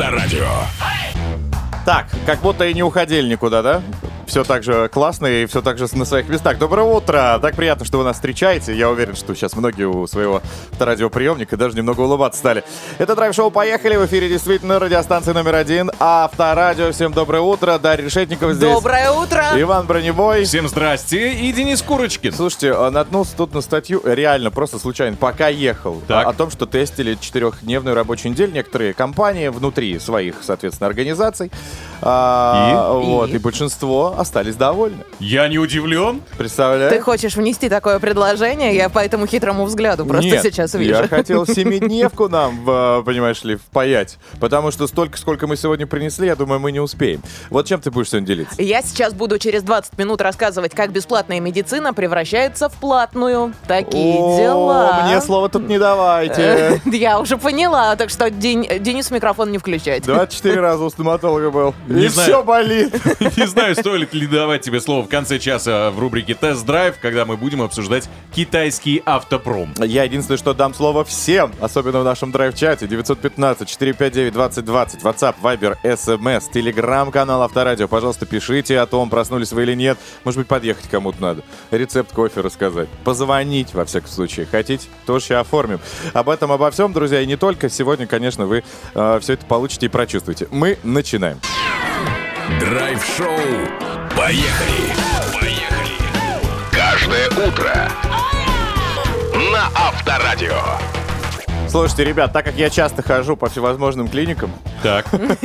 Авторадио. Так, как будто и не уходили никуда, да? Все так же классно и все так же на своих местах. Доброе утро! Так приятно, что вы нас встречаете. Я уверен, что сейчас многие у своего авторадиоприемника даже немного улыбаться стали. Это драйв-шоу «Поехали». В эфире действительно радиостанция номер 1 Авторадио. Всем доброе утро. Дарья Решетникова здесь. Доброе утро. Иван Броневой. Всем здрасте. И Денис Курочкин. Слушайте, наткнулся тут на статью, реально, просто случайно, пока ехал, о том, что тестили 4-дневную рабочую неделю некоторые компании внутри своих, соответственно, организаций. И большинство остались довольны. Я не удивлен. Представляешь? Ты хочешь внести такое предложение? Я по этому хитрому взгляду просто сейчас вижу. Я хотел 7-дневку нам, понимаешь ли, впаять. Потому что столько, сколько мы сегодня принесли, я думаю, мы не успеем. Вот чем ты будешь сегодня делиться? Я сейчас буду через 20 минут рассказывать, как бесплатная медицина превращается в платную. Такие дела. Мне слово тут не давайте. Я уже поняла, так что Денис микрофон не включать. 24 раза у стоматолога был. Не И знаю. все болит. Не знаю, стоит ли давать тебе слово в конце часа в рубрике «Тест-драйв», когда мы будем обсуждать китайский автопром. Я единственное, что дам слово всем, особенно в нашем драйв-чате. 915-459-2020, WhatsApp, Viber, SMS, Telegram-канал Авторадио. Пожалуйста, пишите о том, проснулись вы или нет. Может быть, подъехать кому-то надо. Рецепт кофе рассказать. Позвонить, во всяком случае. Хотите, тоже сейчас оформим. Об этом, обо всем, друзья, и не только. Сегодня, конечно, вы все это получите и прочувствуете. Мы начинаем. Драйв-шоу. Поехали! Поехали! Каждое утро на Авторадио. Слушайте, ребят, так как я часто хожу по всевозможным клиникам, Так.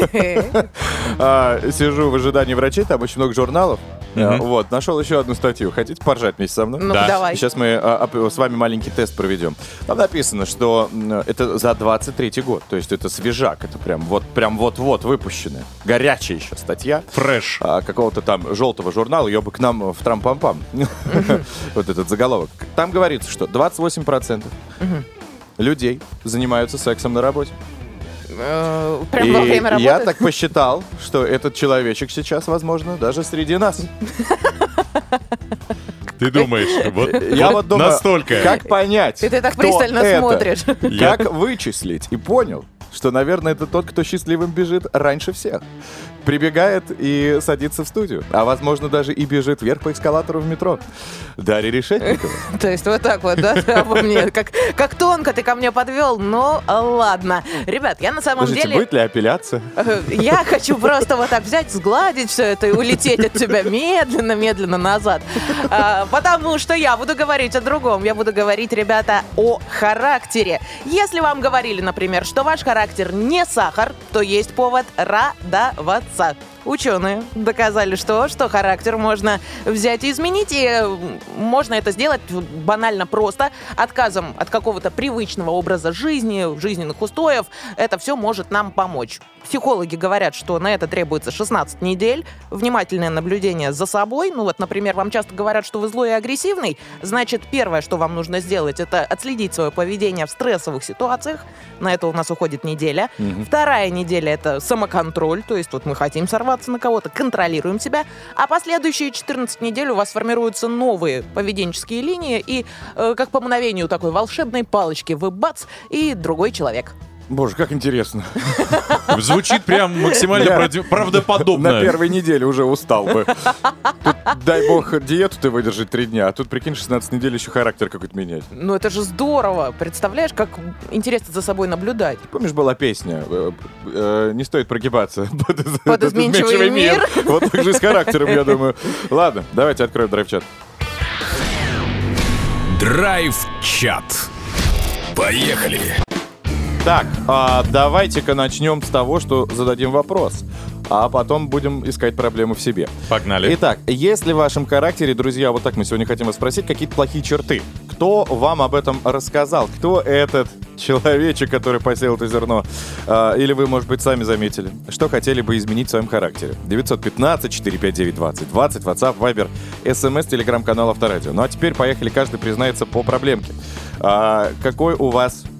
сижу в ожидании врачей, там очень много журналов. Вот, нашел еще одну статью. Хотите поржать вместе со мной? Ну, Да. давай. Сейчас мы с вами маленький тест проведем. Там написано, что это за 23-й год. То есть это свежак. Это прям вот-вот выпущенная. Горячая еще статья. Фреш. Какого-то там желтого журнала. Ее бы к нам в трам-пам-пам. Вот этот заголовок. Там говорится, что 28% людей занимаются сексом на работе. Прям во время работы? Я так посчитал, что этот человечек сейчас, возможно, даже среди нас. Ты думаешь, Я вот думаю, настолько. как понять, Ты так кто пристально это? смотришь. Как вычислить? И понял, что, наверное, это тот, кто счастливым бежит раньше всех. Прибегает и садится в студию. А, возможно, даже и бежит вверх по эскалатору в метро. Дарья Решетникова. То есть вот так вот, да, ты обо мне, как тонко ты ко мне подвел, ну ладно. Ребят, я на самом Слушайте, деле... будет ли апелляция? Я хочу просто вот так взять, сгладить все это и улететь от тебя медленно-медленно назад. Потому что я буду говорить о другом. Я буду говорить, ребята, о характере. Если вам говорили, например, что ваш характер не сахар, то есть повод радоваться. Ученые доказали, что характер можно взять и изменить, и можно это сделать банально просто, отказом от какого-то привычного образа жизни, жизненных устоев. Это все может нам помочь. Психологи говорят, что на это требуется 16 недель, внимательное наблюдение за собой. Ну вот, например, вам часто говорят, что вы злой и агрессивный. Значит, первое, что вам нужно сделать, это отследить свое поведение в стрессовых ситуациях. На это у нас уходит неделя. Вторая неделя — это самоконтроль, то есть вот мы хотим сорваться на кого-то, контролируем себя. А последующие 14 недель у вас формируются новые поведенческие линии, и как по мгновению такой волшебной палочки вы бац, и другой человек. Боже, как интересно. Звучит прям максимально правдоподобно. На первой неделе уже устал бы. Тут, дай бог, диету ты выдержать 3 дня, а тут, прикинь, 16 недель еще характер какой-то менять. Ну это же здорово. Представляешь, как интересно за собой наблюдать. Помнишь, была песня «Не стоит прогибаться Под изменчивый мир». Вот так же и с характером, я думаю. Ладно, давайте откроем драйв-чат. Драйв-чат. Поехали. Так, давайте-ка начнем с того, что зададим вопрос, а потом будем искать проблемы в себе. Погнали. Итак, есть ли в вашем характере, друзья, вот так мы сегодня хотим вас спросить, какие-то плохие черты? Кто вам об этом рассказал? Кто этот человечек, который посеял это зерно? Или вы, может быть, сами заметили? Что хотели бы изменить в своем характере? 915-459-2020, WhatsApp, Viber, SMS, Telegram-канал Авторадио. Ну а теперь поехали, каждый признается по проблемке. Какой у вас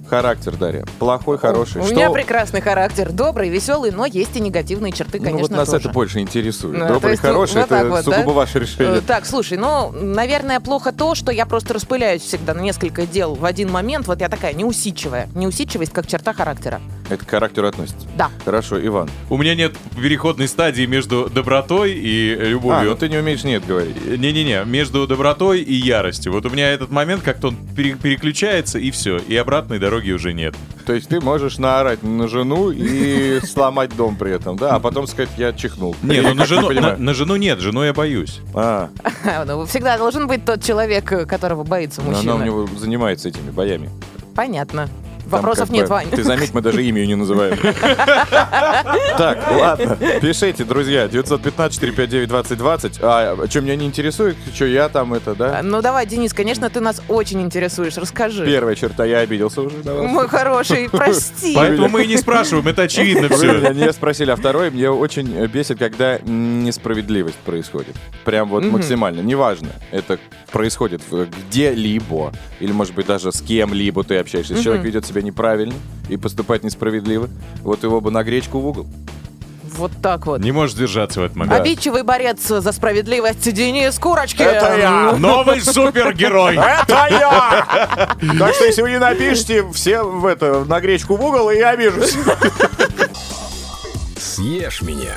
характер, Дарья? Плохой, хороший? У меня прекрасный характер. Добрый, веселый, но есть и негативные черты, конечно, вот нас тоже. это больше интересует. То Добрый, есть хороший, вот так это вот, сугубо да? ваше решение. Так, слушай, наверное, плохо то, что я просто распыляюсь всегда на несколько дел в один момент. Вот я такая неусидчивая. Неусидчивость как черта характера. Это к характеру относится? Да. Хорошо, Иван. У меня нет переходной стадии между добротой и любовью. Ты не умеешь «нет» говорить. Не-не-не, между добротой и яростью. Вот у меня этот момент, как-то он переключается, и все. И обратной дороги уже нет. То есть ты можешь наорать на жену и сломать дом при этом, да? А потом сказать, я чихнул. Не, Я на понимаю. жену нет, жену я боюсь. Всегда должен быть тот человек, которого боится Она у мужчина. него занимается этими боями. Понятно. Там Вопросов как нет, бы, Вань. Ты заметь, мы даже имя ее не называем. Так, ладно. Пишите, друзья, 915-459-2020. А что меня не интересует, что я там это, да? Ну давай, Денис, конечно, ты нас очень интересуешь. Расскажи. Первая черта, я обиделся уже. Давай. Мой хороший, прости. Поэтому мы и не спрашиваем, это очевидно Вы все. меня не спросили, а второй мне очень бесит, когда несправедливость происходит. Прям вот максимально. Неважно, это происходит где-либо, или, может быть, даже с кем-либо ты общаешься. Если человек ведет себя неправильно и поступает несправедливо, вот его бы на гречку в угол. Вот так вот. Не можешь держаться в этот момент. Обидчивый борец за справедливость Денис Курочкин. Это я! Новый супергерой! Это я! Так что, если вы не напишите, все на гречку в угол, и я обижусь. Съешь меня.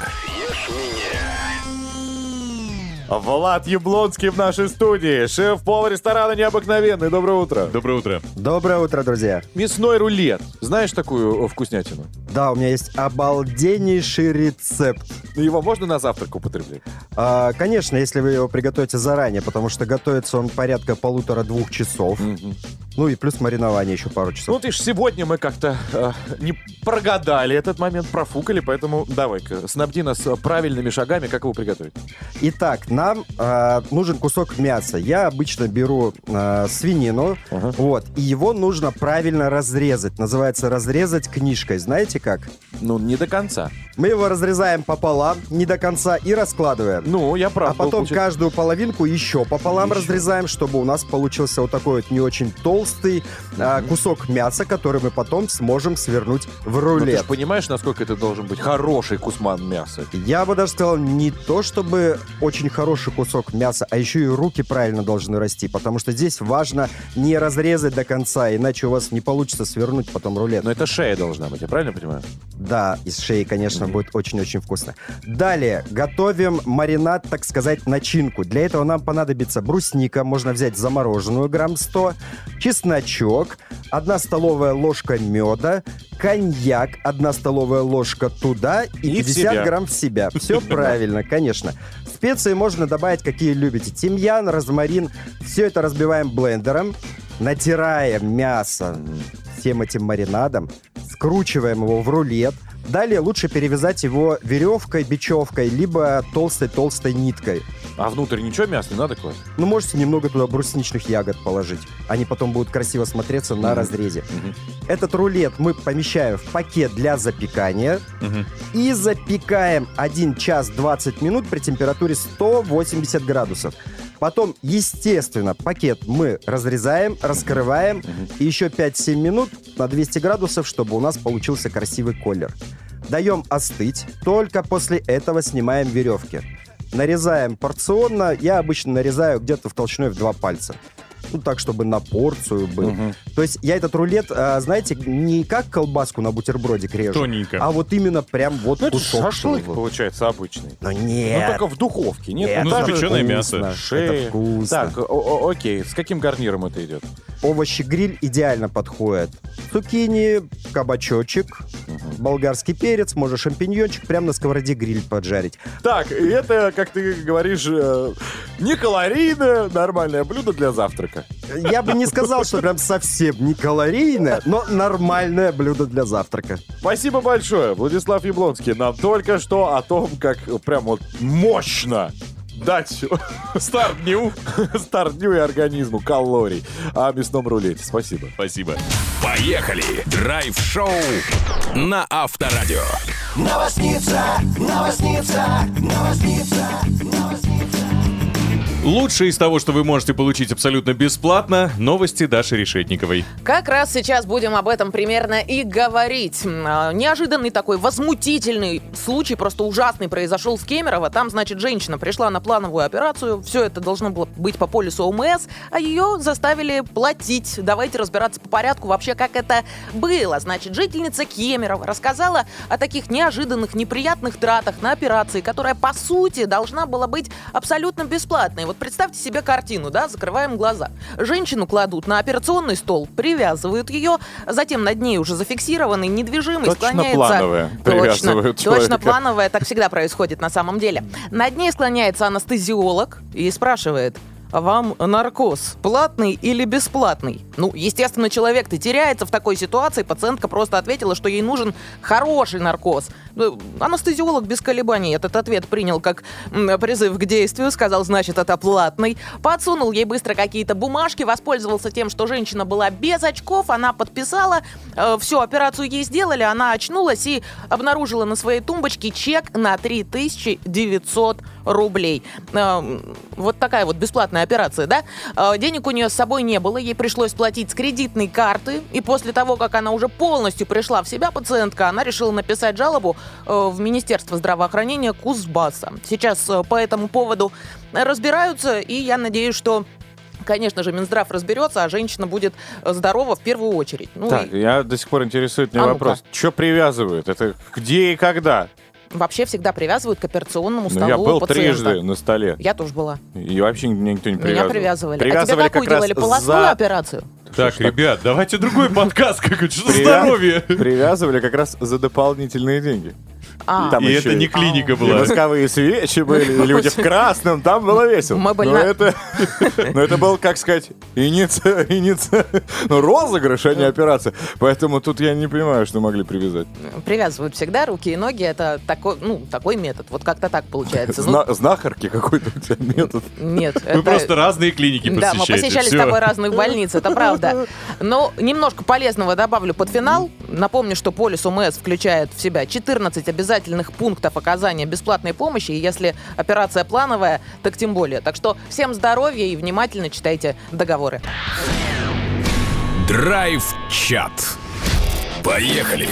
Влад Яблонский в нашей студии, шеф-повар ресторана «Необыкновенный». Доброе утро. Доброе утро. Доброе утро, друзья. Мясной рулет. Знаешь такую вкуснятину? Да, у меня есть обалденнейший рецепт. Его можно на завтрак употреблять? Конечно, если вы его приготовите заранее, потому что готовится он порядка 1,5-2 часов. Ну и плюс маринование еще пару часов. Ну, ты ж сегодня мы как-то не прогадали этот момент, профукали, поэтому давай-ка, снабди нас правильными шагами, как его приготовить. Итак, нам нужен кусок мяса. Я обычно беру свинину, вот, и его нужно правильно разрезать. Называется разрезать книжкой. Знаете как? Ну, не до конца. Мы его разрезаем пополам, не до конца, и раскладываем. Ну, я прав. А потом каждую половинку еще пополам разрезаем, чтобы у нас получился вот такой вот не очень толстый кусок мяса, который мы потом сможем свернуть в Ну, ты рулет. же понимаешь, насколько это должен быть хороший кусман мяса? Я бы даже сказал, не то чтобы очень хороший кусок мяса, а еще и руки правильно должны расти, потому что здесь важно не разрезать до конца, иначе у вас не получится свернуть потом рулет. Но это шея должна быть, я правильно понимаю? Да, из шеи, конечно, будет очень-очень вкусно. Далее готовим маринад, так сказать, начинку. Для этого нам понадобится брусника, можно взять замороженную грамм 100, чесночок, 1 столовая ложка меда, коньяк, 1 столовая ложка туда и 50 грамм в себя. Все правильно, конечно. Специи можно добавить, какие любите. Тимьян, розмарин. Все это разбиваем блендером, натираем мясо всем этим маринадом, скручиваем его в рулет. Далее лучше перевязать его веревкой, бечевкой, либо толстой-толстой ниткой. А внутрь ничего мяса не надо класть? Ну, можете немного туда брусничных ягод положить. Они потом будут красиво смотреться на разрезе. Этот рулет мы помещаем в пакет для запекания и запекаем 1 час 20 минут при температуре 180 градусов. Потом, естественно, пакет мы разрезаем, раскрываем и еще 5-7 минут на 200 градусов, чтобы у нас получился красивый колер. Даем остыть, только после этого снимаем веревки. Нарезаем порционно, я обычно нарезаю где-то в толщиной в 2 пальца. Ну, так, чтобы на порцию был. То есть я этот рулет, знаете, не как колбаску на бутербродик режу, Тоненько. а вот именно прям вот Это кусок. шашлык, чтобы- получается, обычный. Но нет. Ну, только в духовке, нет? Нет, Ну, это запеченное вкусно, мясо. Шея. Это вкусно. Так, окей, с каким гарниром это идет? Овощи-гриль идеально подходит. Цукини, кабачочек, болгарский перец, можно шампиньончик, прямо на сковороде гриль поджарить. Так, и это, как ты говоришь, не калорийное, нормальное блюдо для завтрака. Я бы не сказал, что прям совсем не калорийное, но нормальное блюдо для завтрака. Спасибо большое, Владислав Яблонский. Нам только что о том, как прям вот мощно дать Старт-дню. старт-дню и организму калорий о мясном рулете. Спасибо. Спасибо. Поехали! Драйв-шоу на Авторадио. лучшее из того, что вы можете получить абсолютно бесплатно, новости Даши Решетниковой. Как раз сейчас будем об этом примерно и говорить. Неожиданный такой возмутительный случай, просто ужасный, произошел в Кемерово. Там, значит, женщина пришла на плановую операцию. Все это должно было быть по полису ОМС, а ее заставили платить. Давайте разбираться по порядку вообще, как это было. Значит, жительница Кемерово рассказала о таких неожиданных, неприятных тратах на операции, которая, по сути, должна была быть абсолютно бесплатной. Вот представьте себе картину, да, закрываем глаза. Женщину кладут на операционный стол, привязывают ее, затем над ней уже зафиксированный, недвижимый, Точно склоняется... плановая привязывают человека. Точно плановая, так всегда происходит на самом деле. Над ней склоняется анестезиолог и спрашивает: а вам наркоз платный или бесплатный? Ну, естественно, человек-то теряется в такой ситуации. Пациентка просто ответила, что ей нужен хороший наркоз. Анестезиолог без колебаний этот ответ принял как призыв к действию. Сказал, значит, это платный. Подсунул ей быстро какие-то бумажки. Воспользовался тем, что женщина была без очков. Она подписала. Всю операцию ей сделали. Она очнулась и обнаружила на своей тумбочке чек на 3900 рублей. Вот такая вот бесплатная операция, да? Денег у нее с собой не было, ей пришлось платить с кредитной карты, и после того, как она уже полностью пришла в себя, пациентка, она решила написать жалобу в Министерство здравоохранения Кузбасса. Сейчас по этому поводу разбираются, и я надеюсь, что, конечно же, Минздрав разберется, а женщина будет здорова в первую очередь. Ну, Так, я до сих пор интересует меня вопрос. Что привязывают? Это где и когда? Вообще всегда привязывают к операционному столу Я был пациента. трижды на столе. Я тоже была. И вообще никто не привязывал. Меня привязывали. Привязывали А тебе какую как раз делали? Полостную операцию? Так, ребят, давайте другой подкаст какой-то. Что за здоровье? Привязывали как раз за дополнительные деньги. Там И еще это не клиника и была. восковые свечи были, и люди в красном, там было весело. Мы были но это был, как сказать, розыгрыш, а не операция. Поэтому тут я не понимаю, что могли привязать. Привязывают всегда руки и ноги. Это такой метод. Вот как-то так получается. Знахарки какой-то у тебя метод. Нет. Вы просто разные клиники Да, мы посещаете. посещали с Всё. тобой разные больницы, это правда. Но немножко полезного добавлю под финал. Напомню, что полис ОМС включает в себя 14 обязательных пунктов оказания бесплатной помощи, и если операция плановая, так тем более. Так что всем здоровья и внимательно читайте договоры. Драйв-чат. Поехали!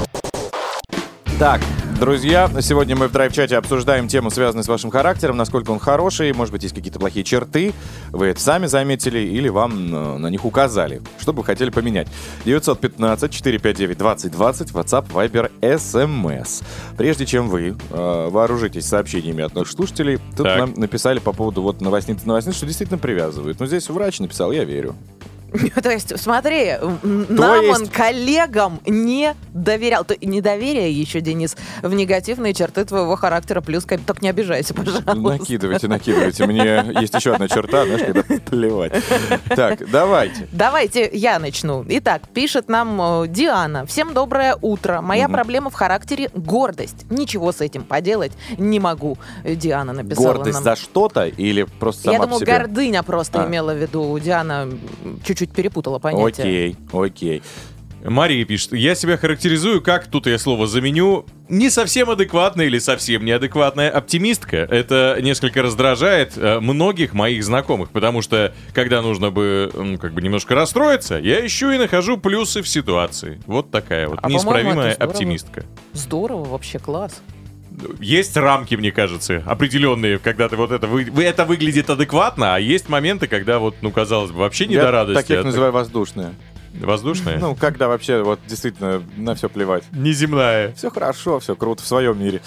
Так, друзья, сегодня мы в драйв-чате обсуждаем тему, связанную с вашим характером, насколько он хороший, может быть, есть какие-то плохие черты, вы это сами заметили или вам на них указали, что бы вы хотели поменять. 915-459-2020, WhatsApp, Viber, SMS. Прежде чем вы вооружитесь сообщениями от наших слушателей, тут Так. нам написали по поводу вот новостниц, что действительно привязывают. Но здесь врач написал, я верю. То есть, смотри, нам он, коллегам, не доверял. Недоверие еще, Денис, в негативные черты твоего характера. Плюс, только не обижайся, пожалуйста. Накидывайте. Мне есть еще одна черта, знаешь, когда плевать. Так, давайте. Давайте я начну. Итак, пишет нам Диана. Всем доброе утро. Моя проблема в характере — гордость. Ничего с этим поделать не могу. Диана написала Гордость нам. за что-то или просто сама Я по думаю, себе? гордыня просто имела в виду. Диана чуть-чуть перепутала понятие. Окей. Мария пишет: я себя характеризую как, тут я слово заменю, не совсем адекватная или совсем неадекватная оптимистка. Это несколько раздражает многих моих знакомых, потому что, когда нужно бы немножко расстроиться, я ищу и нахожу плюсы в ситуации. Вот такая вот неисправимая по-моему, это здорово. оптимистка. Здорово, вообще класс. Есть рамки, мне кажется, определенные, когда ты вот это выглядит адекватно, а есть моменты, когда вот, казалось бы, вообще не до радости. Я таких называю воздушные. Воздушная? Когда вообще вот действительно на все плевать. Неземная. Все хорошо, все круто в своем мире.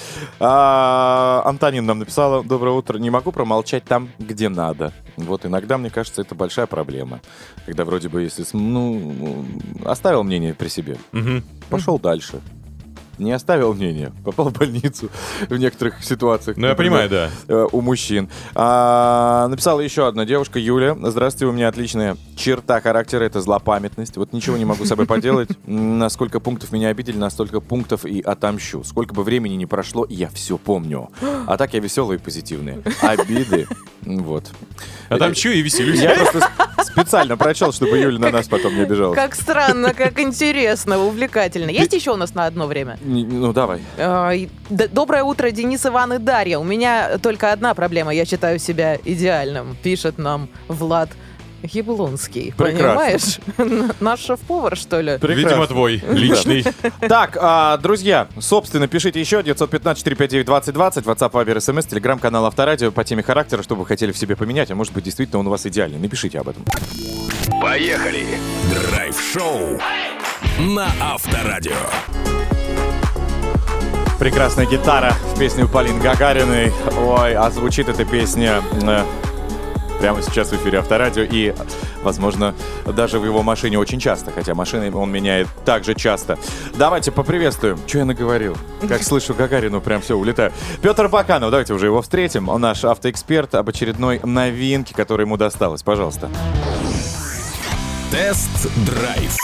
Антонин нам написала: доброе утро, не могу промолчать там, где надо. Вот иногда, мне кажется, это большая проблема. Когда вроде бы, если оставил мнение при себе, пошел дальше. Не оставил мнение, попал в больницу в некоторых ситуациях. Я понимаю, да. У мужчин. Написала еще одна девушка, Юля. Здравствуйте, у меня отличная черта характера, это злопамятность. Вот ничего не могу с собой поделать. На сколько пунктов меня обидели, на столько пунктов и отомщу. Сколько бы времени ни прошло, я все помню. А так я веселый и позитивный. Обиды, вот. Отомщу и веселюсь. Я просто Специально прочел, чтобы Юля на нас потом не обижалась. Как странно, как интересно, увлекательно. Есть еще у нас на одно время? Ну, давай. Доброе утро, Денис, Иван и Дарья. У меня только одна проблема. Я считаю себя идеальным, пишет нам Влад Яблонский. Прекрасно. Понимаешь? Наш шеф-повар, что ли? Видимо, твой личный. Так, друзья, собственно, пишите еще 915-459-2020, WhatsApp, Viber, SMS, телеграм-канал Авторадио по теме характера, что вы хотели в себе поменять, а может быть, действительно он у вас идеальный. Напишите об этом. Поехали! Драйв-шоу на Авторадио. Прекрасная гитара в песне у Полины Гагариной. Ой, а звучит эта песня прямо сейчас в эфире Авторадио и, возможно, даже в его машине очень часто, хотя машины он меняет так же часто. Давайте поприветствуем. Что я наговорил? Как слышу Гагарину, прям все, улетаю. Петр Баканов, давайте уже его встретим. Он наш автоэксперт об очередной новинке, которая ему досталась. Пожалуйста. Тест-драйв.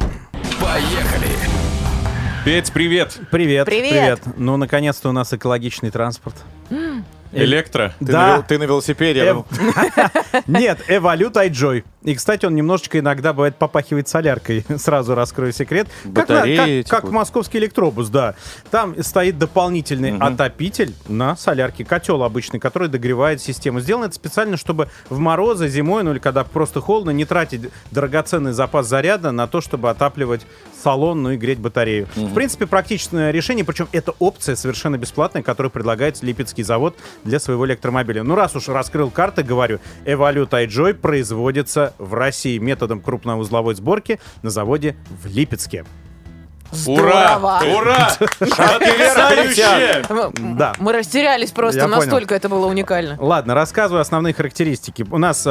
Поехали! Петь, привет! Привет. Привет. Ну, наконец-то у нас экологичный транспорт. Электро? Ты на велосипеде. Нет, Evolute iJoy. И, кстати, он немножечко иногда, бывает, попахивает соляркой. Сразу раскрою секрет. Батареи, как московский электробус, да. Там стоит дополнительный отопитель на солярке. Котел обычный, который догревает систему. Сделано это специально, чтобы в морозы, зимой, ну или когда просто холодно, не тратить драгоценный запас заряда на то, чтобы отапливать салон, ну и греть батарею. В принципе, практичное решение, причем это опция совершенно бесплатная, которую предлагает Липецкий завод для своего электромобиля. Ну, раз уж раскрыл карты, говорю, Evolute iJoy производится в России методом крупноузловой сборки на заводе в Липецке. Ура! Здорово. Ура! Потрясающе! Да. Мы растерялись просто, Я настолько понял. это было уникально. Ладно, рассказываю основные характеристики. У нас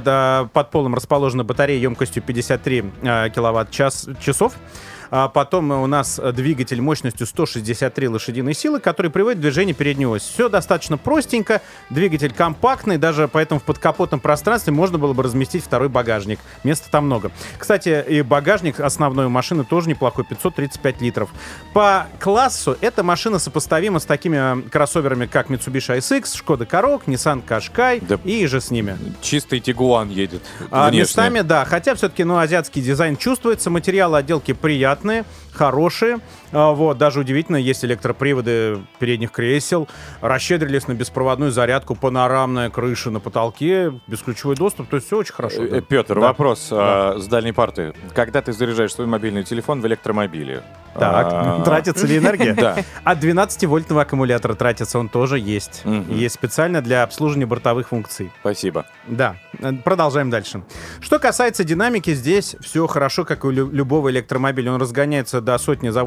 под полом расположена батарея емкостью 53 киловатт-часов. Потом у нас двигатель мощностью 163 лошадиные силы, который приводит в движение переднюю ось. Все достаточно простенько, двигатель компактный, даже поэтому в подкапотном пространстве можно было бы разместить второй багажник. Места там много. Кстати, и багажник основной у машины тоже неплохой, 535 литров. По классу эта машина сопоставима с такими кроссоверами, как Mitsubishi ASX, Skoda Karoq, Nissan Qashqai Да. и же с ними. Чистый Тигуан едет. Внешне. Местами, да. Хотя все-таки, азиатский дизайн чувствуется. Материалы отделки приятные, хорошие. Вот, даже удивительно, есть электроприводы передних кресел. Расщедрились на беспроводную зарядку, панорамная крыша на потолке, бесключевой доступ. То есть все очень хорошо. Да. Петр, Да. вопрос с дальней парты. Когда ты заряжаешь свой мобильный телефон в электромобиле? Так, тратится ли энергия? Да. От 12-вольтного аккумулятора тратится, он тоже есть. Мгм. Есть специально для обслуживания бортовых функций. Спасибо. Да, продолжаем дальше. Что касается динамики, здесь все хорошо, как и у любого электромобиля. Он разгоняется до сотни за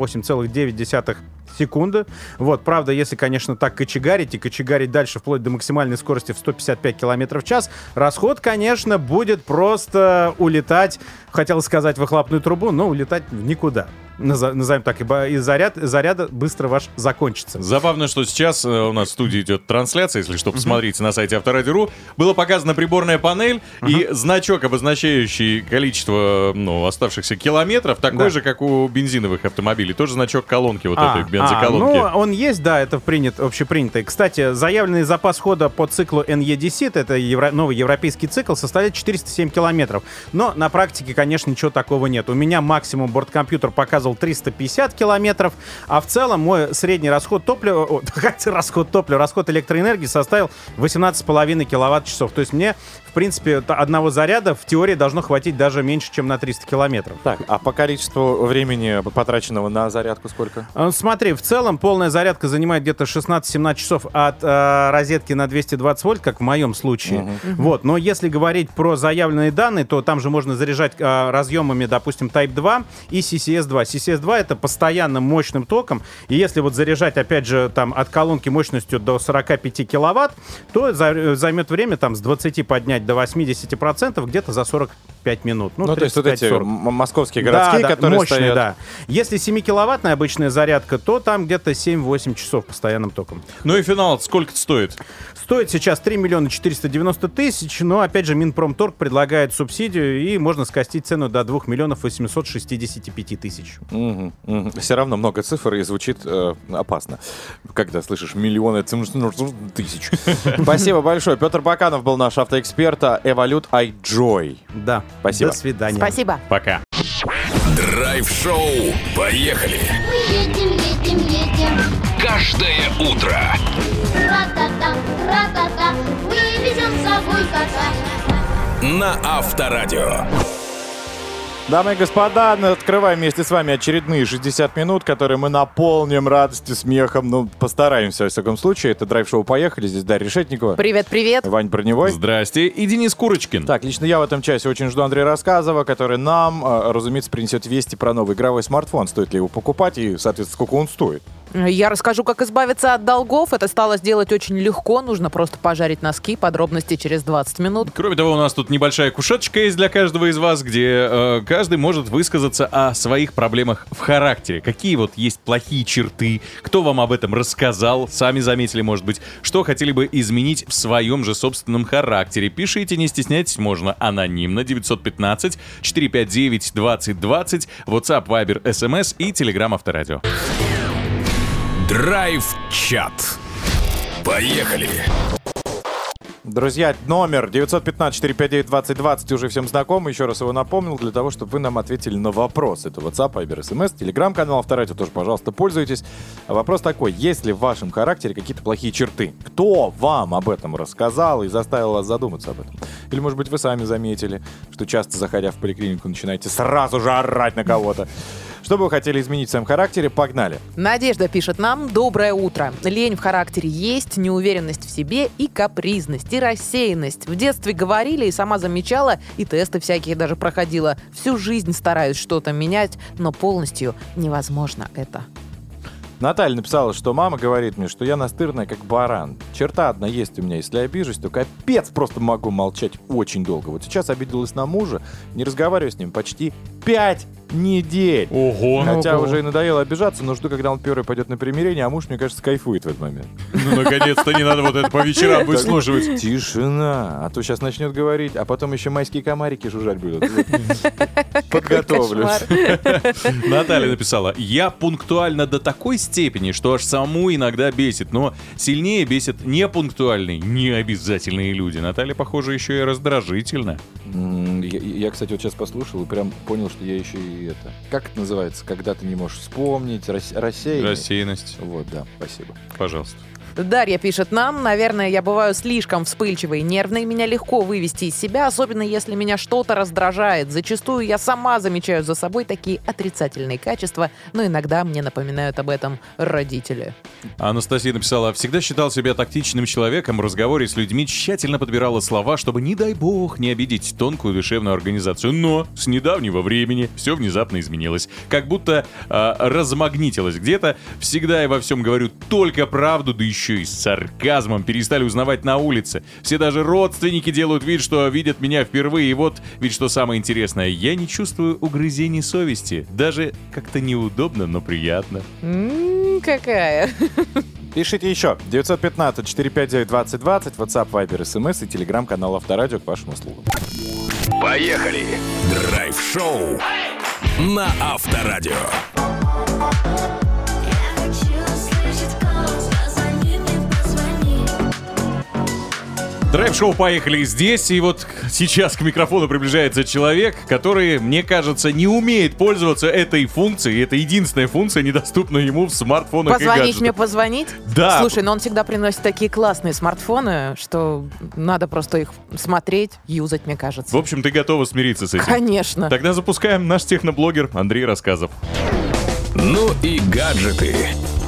8,9 секунды. Вот, правда, если, конечно, так кочегарить и кочегарить дальше вплоть до максимальной скорости в 155 км в час, расход, конечно, будет просто улетать, хотел сказать, в выхлопную трубу, но улетать в никуда. Назовем так, ибо и заряда быстро ваш закончится. Забавно, что сейчас у нас в студии идет трансляция, если что, посмотрите на сайте Авторадио.ру. Была показана приборная панель, и значок, обозначающий количество оставшихся километров, такой же, как у бензиновых автомобилей. Тоже значок колонки, вот этой бензоколонки. Ну, он есть, да, это общепринятый. Кстати, заявленный запас хода по циклу NEDC, это новый европейский цикл, составляет 407 километров. Но на практике, конечно, ничего такого нет. У меня максимум борткомпьютер показывал 350 километров, а в целом мой средний расход топлива, расход электроэнергии составил 18,5 киловатт-часов. То есть мне, в принципе, одного заряда в теории должно хватить даже меньше, чем на 300 километров. Так, а по количеству времени, потраченного на зарядку, сколько? Смотри, в целом полная зарядка занимает где-то 16-17 часов от розетки на 220 вольт, как в моем случае. Вот. Но если говорить про заявленные данные, то там же можно заряжать разъемами, допустим, Type 2 и CCS2. CCS2 это постоянно мощным током, и если вот заряжать, опять же, там от колонки мощностью до 45 киловатт, то займет время там с 20 поднять до 80% где-то за 45 минут. Ну, то есть вот эти 35-40. московские городские, да, которые мощные, стоят... да. Если 7-киловаттная обычная зарядка, то там где-то 7-8 часов постоянным током. Ну и финал сколько стоит? Стоит сейчас 3 миллиона 490 тысяч, но, опять же, Минпромторг предлагает субсидию, и можно скостить цену до 2 миллионов 865 тысяч. Все равно много цифр и звучит опасно, когда слышишь миллионы тысяч. Спасибо большое. Петр Баканов был наш автоэксперт. Альберто Evolute iJoy. Да. Спасибо. До свидания. Спасибо. Пока. Драйв-шоу. Поехали. Мы едем. Каждое утро. Ра-та-та, ра-та-та, вывезем с собой кота. На Авторадио. Дамы и господа, открываем вместе с вами очередные 60 минут, которые мы наполним радостью, смехом. Ну, постараемся, во всяком случае. Это драйв-шоу «Поехали». Здесь Дарья Решетникова. Привет-привет. Вань Броневой. Здрасте. И Денис Курочкин. Так, лично я в этом часе очень жду Андрея Рассказова, который нам, разумеется, принесет вести про новый игровой смартфон. Стоит ли его покупать и, соответственно, сколько он стоит. Я расскажу, как избавиться от долгов. Это стало сделать очень легко. Нужно просто пожарить носки. Подробности через 20 минут. Кроме того, у нас тут небольшая кушеточка есть для каждого из вас, где каждый может высказаться о своих проблемах в характере. Какие вот есть плохие черты, кто вам об этом рассказал, сами заметили, может быть, что хотели бы изменить в своем же собственном характере. Пишите, не стесняйтесь, можно анонимно. 915-459-2020, WhatsApp, Viber, SMS и Telegram Авторадио. Драйв-чат. Поехали. Друзья, номер 915-459-2020 уже всем знаком. Еще раз его напомнил, для того, чтобы вы нам ответили на вопрос. Это WhatsApp, Viber, SMS, Telegram-канал Авторадио тоже, пожалуйста, пользуйтесь. Вопрос такой: есть ли в вашем характере какие-то плохие черты? Кто вам об этом рассказал и заставил вас задуматься об этом? Или, может быть, вы сами заметили, что часто, заходя в поликлинику, начинаете сразу же орать на кого-то? Что бы вы хотели изменить в своем характере? Погнали. Надежда пишет нам: доброе утро. Лень в характере есть, неуверенность в себе и капризность, и рассеянность. В детстве говорили и сама замечала, и тесты всякие даже проходила. Всю жизнь стараюсь что-то менять, но полностью невозможно это. Наталья написала, что мама говорит мне, что я настырная, как баран. Черта одна есть у меня: если обижусь, то капец просто могу молчать очень долго. Вот сейчас обиделась на мужа, не разговариваю с ним почти 5 недель. Ого. Хотя уже и надоело обижаться, но жду, когда он первый пойдет на примирение, а муж, мне кажется, кайфует в этот момент. Ну, наконец-то не надо вот это по вечерам выслушивать. Тишина. А то сейчас начнет говорить, а потом еще майские комарики жужжать будут. Подготовлюсь. Наталья написала: я пунктуальна до такой степени, что аж саму иногда бесит, но сильнее бесит непунктуальные, необязательные люди. Наталья, похоже, еще и раздражительна. Я, кстати, вот сейчас послушал и прям понял, что я еще и это... Как это называется? Когда ты не можешь вспомнить, рассеянность. Рассеянность. Вот, да, спасибо. Пожалуйста. Дарья пишет нам: наверное, я бываю слишком вспыльчивой и нервной, меня легко вывести из себя, особенно если меня что-то раздражает. Зачастую я сама замечаю за собой такие отрицательные качества, но иногда мне напоминают об этом родители. Анастасия написала: всегда считал себя тактичным человеком, в разговоре с людьми тщательно подбирала слова, чтобы, не дай бог, не обидеть тонкую душевную организацию. Но с недавнего времени все внезапно изменилось. Как будто размагнитилось где-то. Всегда и во всем говорю только правду, да еще и с сарказмом. Перестали узнавать на улице. Все даже родственники делают вид, что видят меня впервые. И вот, ведь что самое интересное, я не чувствую угрызений совести. Даже как-то неудобно, но приятно. Какая? Пишите еще. 915-459-2020, WhatsApp, Viber, SMS и Telegram-канал Авторадио к вашим услугам. Поехали. Драйв-шоу на Авторадио. Драйв-шоу «Поехали» здесь, и вот сейчас к микрофону приближается человек, который, мне кажется, не умеет пользоваться этой функцией. Это единственная функция, недоступная ему в смартфонах и Позвонить гаджетах. мне, позвонить? Да. Слушай, но он всегда приносит такие классные смартфоны, что надо просто их смотреть, юзать, мне кажется. В общем, ты готова смириться с этим? Конечно. Тогда запускаем наш техноблогер Андрей Рассказов. Ну и гаджеты.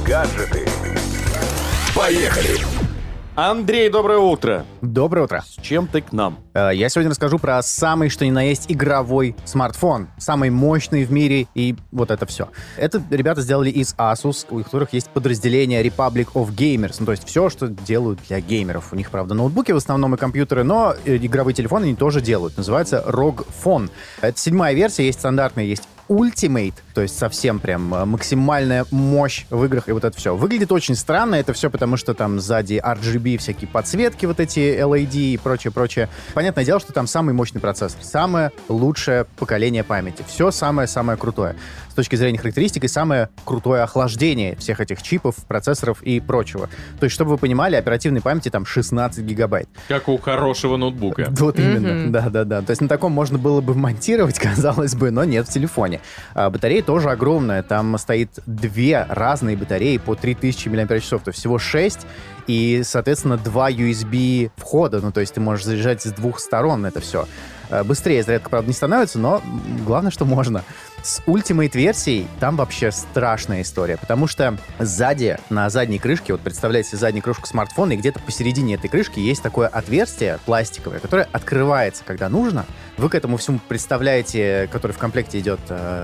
Поехали. Андрей, доброе утро. Доброе утро. С чем ты к нам? Я сегодня расскажу про самый, что ни на есть, игровой смартфон. Самый мощный в мире, и вот это все. Это ребята сделали из Asus, у которых есть подразделение Republic of Gamers. Ну, то есть все, что делают для геймеров. У них, правда, ноутбуки в основном и компьютеры, но игровые телефоны они тоже делают. Называется ROG Phone. Это 7-я версия, есть стандартная, есть Ultimate, то есть совсем прям максимальная мощь в играх и вот это все. Выглядит очень странно, это все потому, что там сзади RGB, всякие подсветки, вот эти LED и прочее. Понятное дело, что там самый мощный процессор, самое лучшее поколение памяти, все самое-самое крутое. С точки зрения характеристик и самое крутое охлаждение всех этих чипов, процессоров и прочего. То есть, чтобы вы понимали, оперативной памяти там 16 гигабайт. Как у хорошего ноутбука. Вот именно, да-да-да. То есть на таком можно было бы монтировать, казалось бы, но нет в телефоне. Батарея тоже огромная. Там стоит 2 разные батареи по 3000 мАч, то есть всего 6, и, соответственно, 2 USB входа. Ну, то есть ты можешь заряжать с 2 сторон это все. Быстрее зарядка, правда, не становится, но главное, что можно. С Ultimate-версией там вообще страшная история, потому что сзади, на задней крышке, вот представляете себе заднюю крышку смартфона, и где-то посередине этой крышки есть такое отверстие пластиковое, которое открывается, когда нужно. Вы к этому всему представляете, который в комплекте идет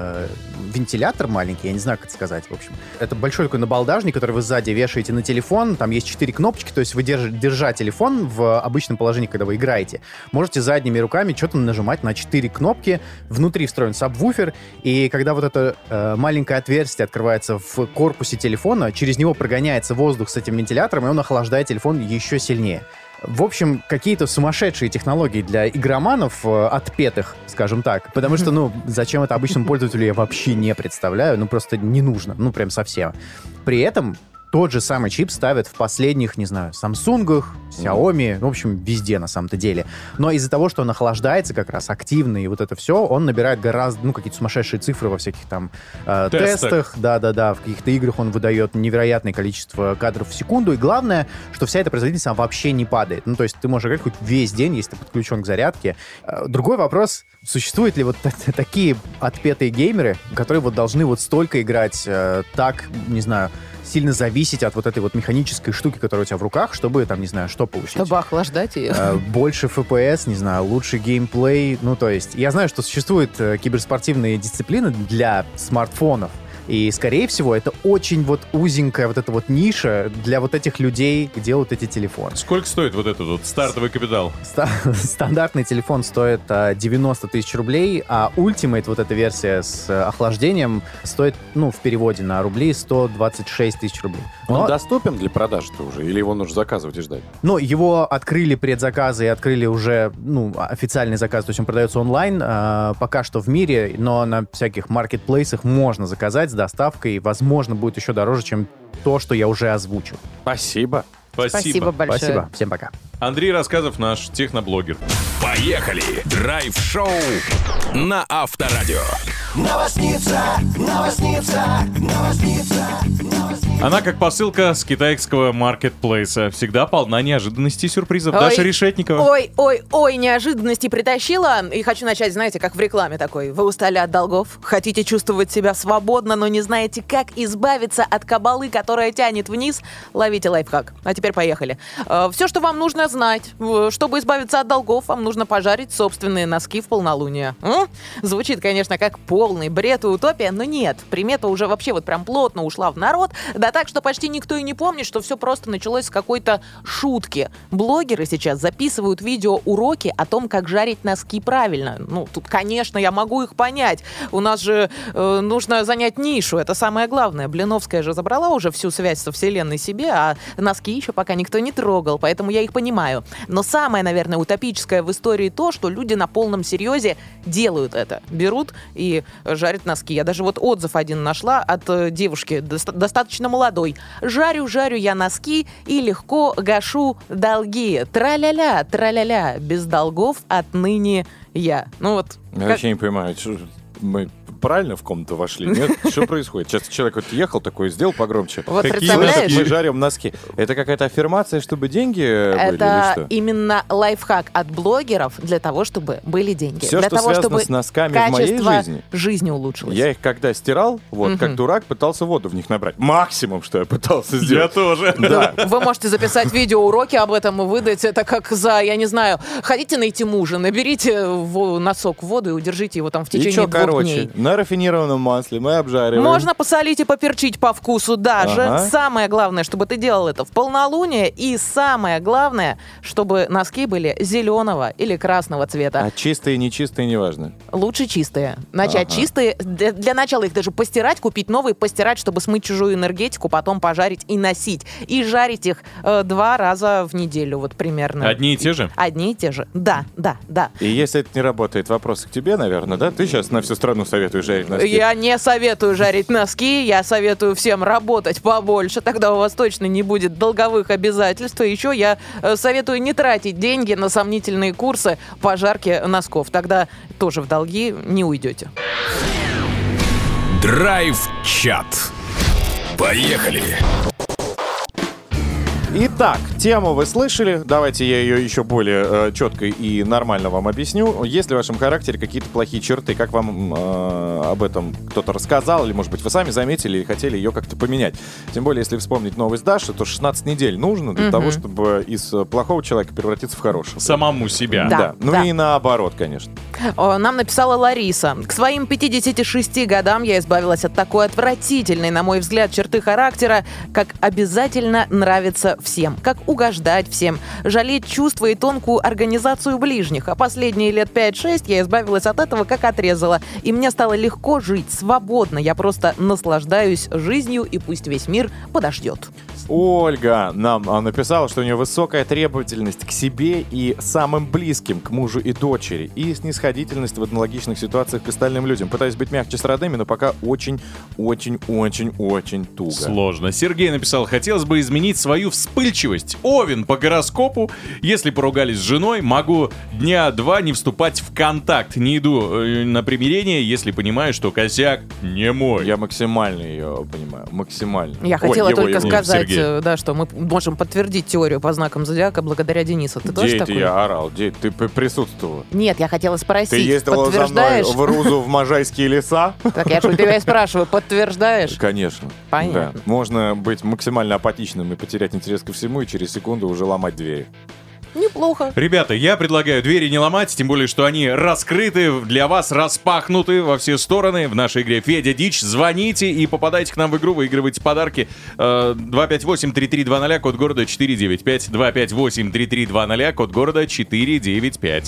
вентилятор маленький, я не знаю, как это сказать, в общем. Это большой такой набалдажник, который вы сзади вешаете на телефон, там есть 4 кнопочки, то есть вы, держа телефон в обычном положении, когда вы играете, можете задними руками что-то нажимать на 4 кнопки, внутри встроен сабвуфер, и когда вот это маленькое отверстие открывается в корпусе телефона, через него прогоняется воздух с этим вентилятором, и он охлаждает телефон еще сильнее. В общем, какие-то сумасшедшие технологии для игроманов, отпетых, скажем так. Потому что, ну, зачем это обычному пользователю, я вообще не представляю. Ну, просто не нужно. Ну, прям совсем. При этом тот же самый чип ставят в последних, не знаю, Samsung, Xiaomi, в общем, везде на самом-то деле. Но из-за того, что он охлаждается как раз активно, и вот это все, он набирает гораздо, ну, какие-то сумасшедшие цифры во всяких там тестах. Да-да-да, в каких-то играх он выдает невероятное количество кадров в секунду. И главное, что вся эта производительность она вообще не падает. Ну, то есть ты можешь играть хоть весь день, если ты подключен к зарядке. Другой вопрос, существуют ли вот такие отпетые геймеры, которые вот должны вот столько играть, так, не знаю, сильно зависеть от вот этой вот механической штуки, которая у тебя в руках, чтобы, там, не знаю, что получить. Чтобы охлаждать ее. Больше FPS, не знаю, лучший геймплей. Ну, то есть, я знаю, что существуют киберспортивные дисциплины для смартфонов, и, скорее всего, это очень вот узенькая вот эта вот ниша для вот этих людей, где вот эти телефоны. Сколько стоит вот этот вот стартовый капитал? Стандартный телефон стоит 90 тысяч рублей, а Ultimate, вот эта версия с охлаждением, стоит, ну, в переводе на рубли 126 тысяч рублей. Он доступен для продажи-то уже? Или его нужно заказывать и ждать? Ну, его открыли предзаказы и открыли уже, ну, официальный заказ, то есть он продается онлайн, пока что в мире, но на всяких маркетплейсах можно заказать с доставкой, возможно, будет еще дороже, чем то, что я уже озвучил. Спасибо. Спасибо большое. Спасибо. Всем пока. Андрей Рассказов, наш техноблогер. Поехали! Драйв-шоу на Авторадио. Она как посылка с китайского маркетплейса. Всегда полна неожиданностей и сюрпризов. Ой. Даша Решетникова. Ой, неожиданности притащила. И хочу начать, знаете, как в рекламе такой. Вы устали от долгов? Хотите чувствовать себя свободно, но не знаете, как избавиться от кабалы, которая тянет вниз? Ловите лайфхак. А теперь поехали. Все, что вам нужно знать. Чтобы избавиться от долгов, вам нужно пожарить собственные носки в полнолуние. Звучит, конечно, как полный бред и утопия, но нет. Примета уже вообще вот прям плотно ушла в народ. Да так, что почти никто и не помнит, что все просто началось с какой-то шутки. Блогеры сейчас записывают видеоуроки о том, как жарить носки правильно. Ну, тут, конечно, я могу их понять. У нас же нужно занять нишу, это самое главное. Блиновская же забрала уже всю связь со вселенной себе, а носки еще пока никто не трогал, поэтому я их понимаю. Но самое, наверное, утопическое в истории то, что люди на полном серьезе делают это. Берут и жарят носки. Я даже вот отзыв один нашла от девушки, достаточно молодой. Жарю я носки и легко гашу долги. Тра-ля-ля, без долгов отныне я. Ну вот. Я вообще не понимаю, что мы правильно в комнату вошли? Нет? Что происходит? Сейчас человек вот ехал такой, сделал погромче. Вот Какие представляешь? мы жарим носки. Это какая-то аффирмация, чтобы деньги были или Это что? именно лайфхак от блогеров для того, чтобы были деньги. Все, для что того, связано чтобы с носками в моей качество жизни, улучшилось. я их когда стирал, вот, как дурак, пытался воду в них набрать. Максимум, что я пытался сделать. Я тоже. Да. Вы можете записать видеоуроки об этом и выдать это как за, я не знаю, хотите найти мужа, наберите носок в воду и удержите его там в И течение что, 2 короче, дней. на рафинированном масле мы обжариваем. Можно посолить и поперчить по вкусу даже. Ага. Самое главное, чтобы ты делал это в полнолуние. И самое главное, чтобы носки были зеленого или красного цвета. А чистые, нечистые, неважно. Лучше чистые. Начать Ага. чистые. Для начала их даже постирать, купить новые, постирать, чтобы смыть чужую энергетику, потом пожарить и носить. И жарить их 2 раза в неделю, вот примерно. Одни и те же? Одни и те же. Да. И если это не работает, вопросы к тебе, наверное, да? Ты сейчас на всю страну советуешь жарить носки. Я не советую жарить носки, я советую всем работать побольше, тогда у вас точно не будет долговых обязательств. И еще я советую не тратить деньги на сомнительные курсы по жарке носков, тогда тоже в долги не уйдете. Драйв-чат. Поехали! Итак, тему вы слышали. Давайте я ее еще более четко и нормально вам объясню. Есть ли в вашем характере какие-то плохие черты? Как вам об этом кто-то рассказал? Или, может быть, вы сами заметили и хотели ее как-то поменять? Тем более, если вспомнить новость Даши, то 16 недель нужно для того, чтобы из плохого человека превратиться в хорошего. Самому себя. Да. Ну и наоборот, конечно. Нам написала Лариса. К своим 56 годам я избавилась от такой отвратительной, на мой взгляд, черты характера, как обязательно нравится всем, как угождать всем, жалеть чувства и тонкую организацию ближних. А последние лет 5-6 я избавилась от этого, как отрезала. И мне стало легко жить, свободно. Я просто наслаждаюсь жизнью, и пусть весь мир подождет. Ольга нам написала, что у нее высокая требовательность к себе и самым близким, к мужу и дочери, и снисходительность в аналогичных ситуациях к остальным людям. Пытаюсь быть мягче с родными, но пока очень-очень-очень-очень туго. Сложно. Сергей написал: хотелось бы изменить свою вспыльчивость. Овен по гороскопу. Если поругались с женой, могу дня 2 не вступать в контакт. Не иду на примирение, если понимаю, что косяк не мой. Я максимально ее понимаю. Максимально. Я хотела только сказать, Сергей. да, что мы можем подтвердить теорию по знакам зодиака благодаря Денису. Ты тоже Где это такой? я орал? Где ты присутствовала? Нет, я хотела спросить, Ты ездила за мной подтверждаешь? в Рузу в Можайские леса? Так я же у тебя и спрашиваю, подтверждаешь? Конечно. Понятно. Да. Можно быть максимально апатичным и потерять интерес ко всему, и через секунду уже ломать двери. Неплохо. Ребята, я предлагаю двери не ломать, тем более, что они раскрыты, для вас распахнуты во все стороны в нашей игре «Федя Дичь». Звоните и попадайте к нам в игру, выигрывайте подарки. 258-3320, код города 495. 258-3320, код города 495.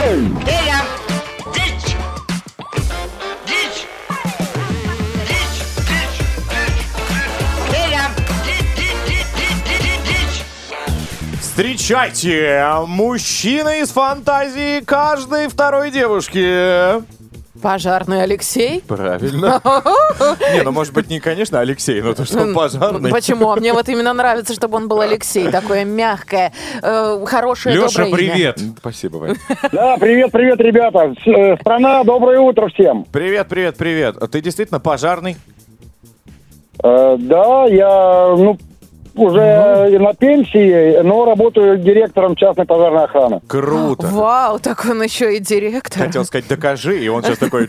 Встречайте! Мужчина из фантазии каждой второй девушки. Пожарный Алексей? Правильно. Не, ну может быть не, конечно, Алексей, но то, что он пожарный. Почему? А мне вот именно нравится, чтобы он был Алексей. Такое мягкое, хорошее, Леша, доброе имя. привет. Спасибо, Вань. Да, привет, ребята. Страна, доброе утро всем. Привет. Ты действительно пожарный? Да, я, уже на пенсии, но работаю директором частной пожарной охраны. Круто. Вау, так он еще и директор. Хотел сказать, докажи, и он сейчас такой...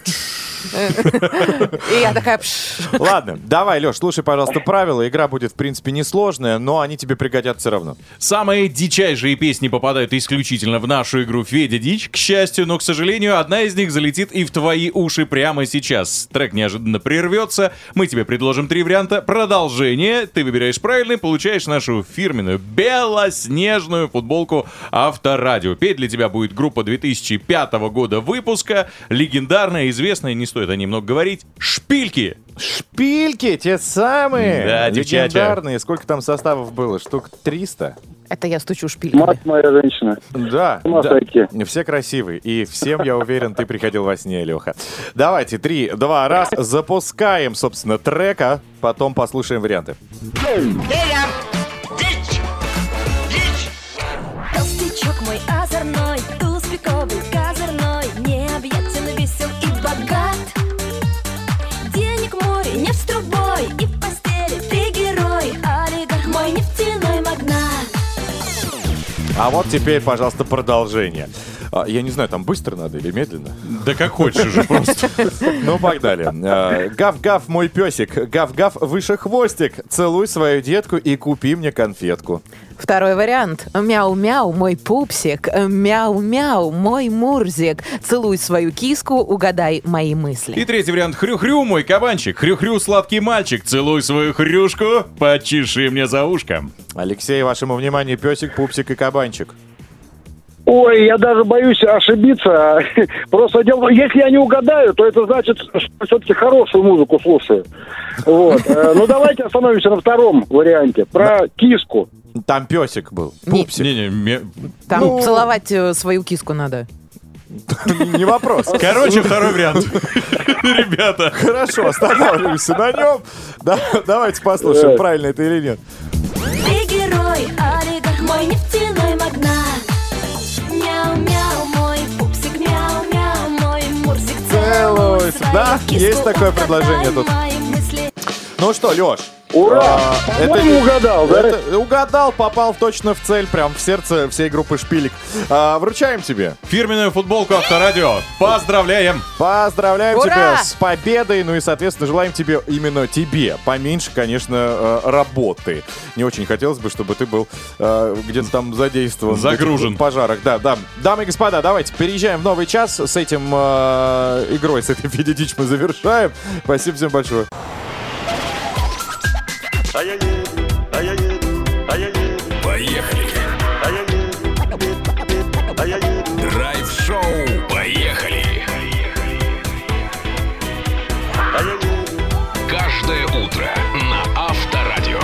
И я такая... Ладно, давай, Леш, слушай, пожалуйста, правила. Игра будет, в принципе, несложная, но они тебе пригодятся все равно. Самые дичайшие песни попадают исключительно в нашу игру «Федя Дичь». К счастью, но, к сожалению, одна из них залетит и в твои уши прямо сейчас. Трек неожиданно прервется. Мы тебе предложим 3 варианта. Продолжение. Ты выбираешь правильный, получаешь нашу фирменную белоснежную футболку «Авторадио». Петь для тебя будет группа 2005 года выпуска. Легендарная, известная, не стоит о ней много говорить, «Шпильки». Шпильки, те самые. Да, девчачья. Легендарные. Сколько там составов было? Штук 300? Это я стучу шпильками. Мать моя женщина. Да, ума да. сойти. Все красивые. И всем, я уверен, ты приходил во сне, Леха. Давайте, 3, 2, раз. Запускаем, собственно, трека. Потом послушаем варианты. Толстячок мой озорной, туз-пиковый, козырной, необъятен, весел и богат. Денег море, нефть с трубой, и в постели ты герой, олигарх мой нефтяной магнат. А вот теперь, пожалуйста, продолжение. Я не знаю, там быстро надо или медленно? Да как хочешь уже просто. Ну, погнали. Гав-гав, мой песик, гав-гав, выше хвостик. Целуй свою детку и купи мне конфетку. Второй вариант. Мяу-мяу, мой пупсик. Мяу-мяу, мой мурзик. Целуй свою киску, угадай мои мысли. И третий вариант. Хрю-хрю, мой кабанчик. Хрю-хрю, сладкий мальчик. Целуй свою хрюшку, почеши мне за ушком. Алексей, вашему вниманию, песик, пупсик и кабанчик. Ой, я даже боюсь ошибиться. Просто дело, если я не угадаю, то это значит, что все-таки хорошую музыку слушаю. Вот. Ну, давайте остановимся на втором варианте. Про киску. Там песик был. Не- Пупсик. Там целовать свою киску надо. Не вопрос. Короче, второй вариант. Ребята. Хорошо, останавливаемся на нем. Давайте послушаем, правильно это или нет. Ты герой, олигарх, мой нефтяной магнат. Мяу-мяу, мой пупсик, мяу-мяу, мой мурзик, целуй свою Да, киску, есть такое предложение тут. мои мысли. Ну что, Леш? Ура! По-моему, угадал, да? Угадал, попал точно в цель, прям в сердце всей группы «Шпилек». Вручаем тебе. Фирменную футболку Авторадио. Поздравляем! Поздравляем Ура! тебя с победой, ну и, соответственно, желаем тебе, именно тебе, поменьше, конечно, работы. Не очень хотелось бы, чтобы ты был где-то там задействован. Загружен. В пожарах, да. Дамы и господа, давайте переезжаем в новый час. С этим игрой, с этой Федя Дичь мы завершаем. Спасибо всем большое. Поехали. Драйв-шоу. Поехали. Каждое утро на Авторадио.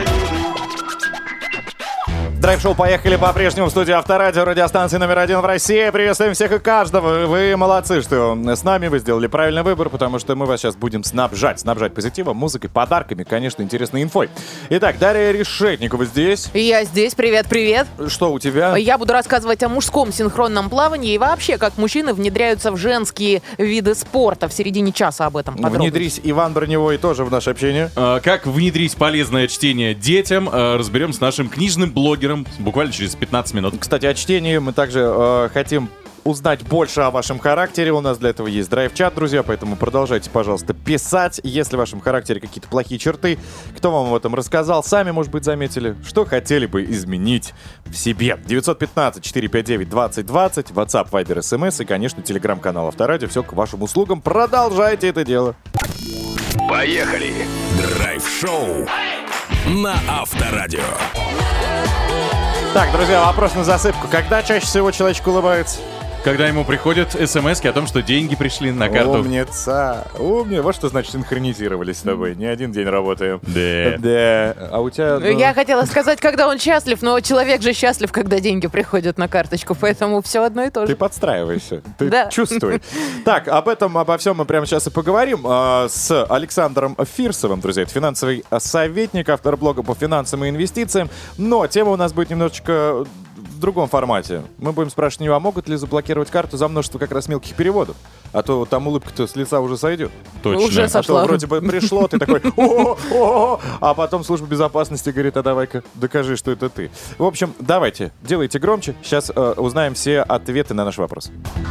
Драйв-шоу «Поехали» по-прежнему в студии Авторадио, радиостанции номер 1 в России. Приветствуем всех и каждого. Вы молодцы, что с нами, вы сделали правильный выбор, потому что мы вас сейчас будем снабжать позитивом, музыкой, подарками, конечно, интересной инфой. Итак, Дарья Решетникова здесь. Я здесь, привет-привет. Что у тебя? Я буду рассказывать о мужском синхронном плавании и вообще, как мужчины внедряются в женские виды спорта. В середине часа об этом подробно. Внедрись, Иван Броневой тоже в наше общение. Как внедрить полезное чтение детям, разберем с нашим книжным блогером буквально через 15 минут. Кстати, о чтении мы также хотим узнать больше о вашем характере. У нас для этого есть драйв-чат, друзья, поэтому продолжайте, пожалуйста, писать, если в вашем характере какие-то плохие черты. Кто вам об этом рассказал, сами, может быть, заметили, что хотели бы изменить в себе. 915-459-2020, WhatsApp, Viber, SMS и, конечно, телеграм-канал Авторадио. Все к вашим услугам. Продолжайте это дело. Поехали. Драйв-шоу на Авторадио. Так, друзья, вопрос на засыпку. Когда чаще всего человечек улыбается? Когда ему приходят смс-ки о том, что деньги пришли на карту. Умница. Вот что значит синхронизировались с тобой. Не один день работаем. Да. Да. А у тебя... Я хотела сказать, когда он счастлив, но человек же счастлив, когда деньги приходят на карточку, поэтому все одно и то же. Ты подстраиваешься, ты Да. чувствуй. Так, обо всем мы прямо сейчас и поговорим с Александром Фирсовым, друзья. Это финансовый советник, автор блога по финансам и инвестициям. Но тема у нас будет немножечко в другом формате. Мы будем спрашивать него, а могут ли заблокировать карту за множество как раз мелких переводов? А то там улыбка-то с лица уже сойдет. Точно. Уже А сошла. то вроде бы пришло, ты такой, о, а потом служба безопасности говорит, а давай-ка докажи, что это ты. В общем, давайте, делайте громче. Сейчас узнаем все ответы на наш вопрос.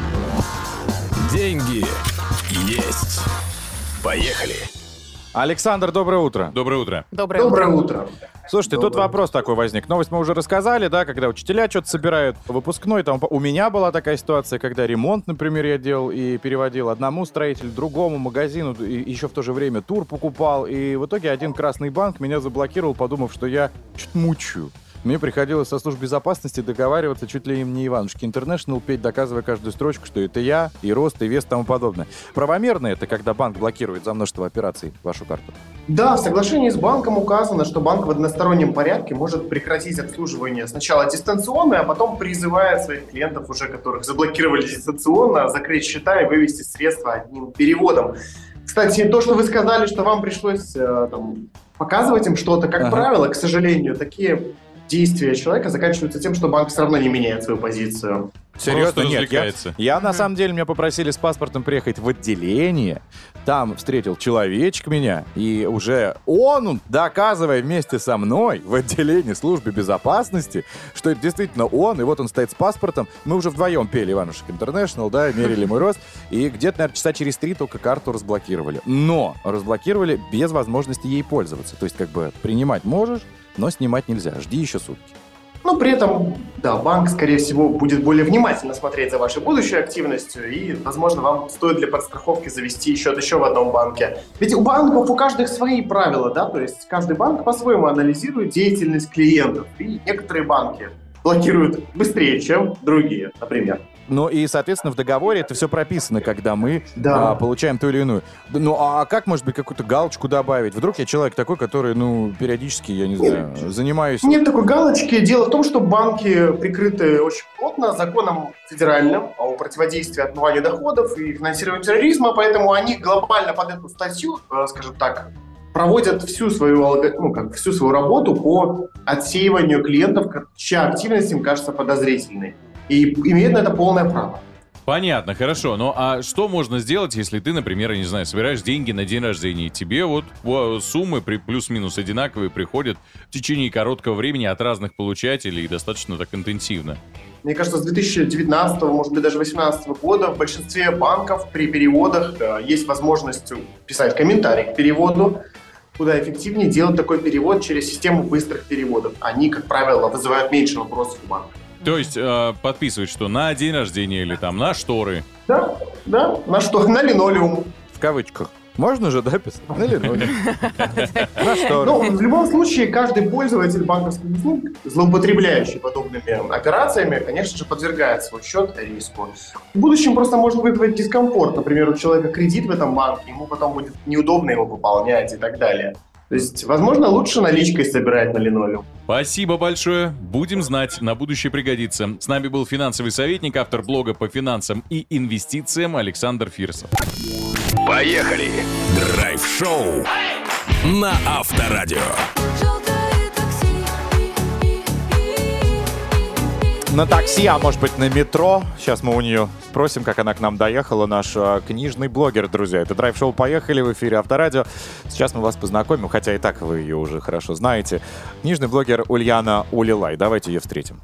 Деньги есть. Поехали. Александр, доброе утро. Доброе утро. Доброе утро. Слушайте, тут вопрос такой возник. Новость мы уже рассказали, да, когда учителя что-то собирают, выпускной. Там, у меня была такая ситуация, когда ремонт, например, я делал и переводил одному строителю, другому магазину, и еще в то же время тур покупал. И в итоге один красный банк меня заблокировал, подумав, что я что-то мучаю. Мне приходилось со службой безопасности договариваться чуть ли им не Иванушки Интернешнл петь, доказывая каждую строчку, что это я, и рост, и вес, и тому подобное. Правомерно это, когда банк блокирует за множество операций вашу карту? Да, в соглашении с банком указано, что банк в одностороннем порядке может прекратить обслуживание сначала дистанционно, а потом призывает своих клиентов, уже которых заблокировали дистанционно, закрыть счета и вывести средства одним переводом. Кстати, то, что вы сказали, что вам пришлось показывать им что-то, как правило, к сожалению, такие действия человека заканчиваются тем, что банк все равно не меняет свою позицию. Серьезно? Просто Нет, развлекается. я на самом деле, меня попросили с паспортом приехать в отделение, там встретил человечек меня, и уже он, доказывая вместе со мной в отделении службы безопасности, что это действительно он, и вот он стоит с паспортом, мы уже вдвоем пели Иванушек Интернешнл, да, мерили мой рост, и где-то, наверное, часа через 3 только карту разблокировали. Но разблокировали без возможности ей пользоваться, то есть как бы принимать можешь, но снимать нельзя, жди еще сутки. Но при этом, да, банк, скорее всего, будет более внимательно смотреть за вашей будущей активностью, и, возможно, вам стоит для подстраховки завести счет еще в одном банке. Ведь у банков у каждых свои правила, да, то есть каждый банк по-своему анализирует деятельность клиентов, и некоторые банки блокируют быстрее, чем другие, например. Ну и, соответственно, в договоре это все прописано, когда мы Да. получаем ту или иную. Ну а как, может быть, какую-то галочку добавить? Вдруг я человек такой, который, периодически, я не знаю, занимаюсь... Нет такой галочки. Дело в том, что банки прикрыты очень плотно законом федеральным о противодействии отмыванию доходов и финансированию терроризма, поэтому они глобально под эту статью, скажем так, проводят всю свою работу по отсеиванию клиентов, чья активность им кажется подозрительной. И имеют на это полное право. Понятно, хорошо. Ну а что можно сделать, если ты, например, я не знаю, собираешь деньги на день рождения, и тебе суммы плюс-минус одинаковые приходят в течение короткого времени от разных получателей и достаточно так интенсивно? Мне кажется, с 2019, может быть, даже 2018 года в большинстве банков при переводах есть возможность писать комментарий к переводу, куда эффективнее делать такой перевод через систему быстрых переводов. Они, как правило, вызывают меньше вопросов у банка. То есть подписывать, что на день рождения или там на шторы. Да, на что? На линолеум. В кавычках. Можно же, да, писать? На линолеум. На что? Ну, в любом случае, каждый пользователь банковских услуг, злоупотребляющий подобными операциями, конечно же, подвергает свой счет риску. В будущем просто может вызвать дискомфорт. Например, у человека кредит в этом банке, ему потом будет неудобно его пополнять и так далее. То есть, возможно, лучше наличкой собирать на линолеум. Спасибо большое. Будем знать, на будущее пригодится. С нами был финансовый советник, автор блога по финансам и инвестициям Александр Фирсов. Поехали! Драйв-шоу на Авторадио. На такси, а может быть на метро. Сейчас мы у нее спросим, как она к нам доехала. Наш книжный блогер, друзья. Это драйв-шоу «Поехали» в эфире Авторадио. Сейчас мы вас познакомим, хотя и так вы ее уже хорошо знаете. Книжный блогер Ульяна Улилай. Давайте ее встретим.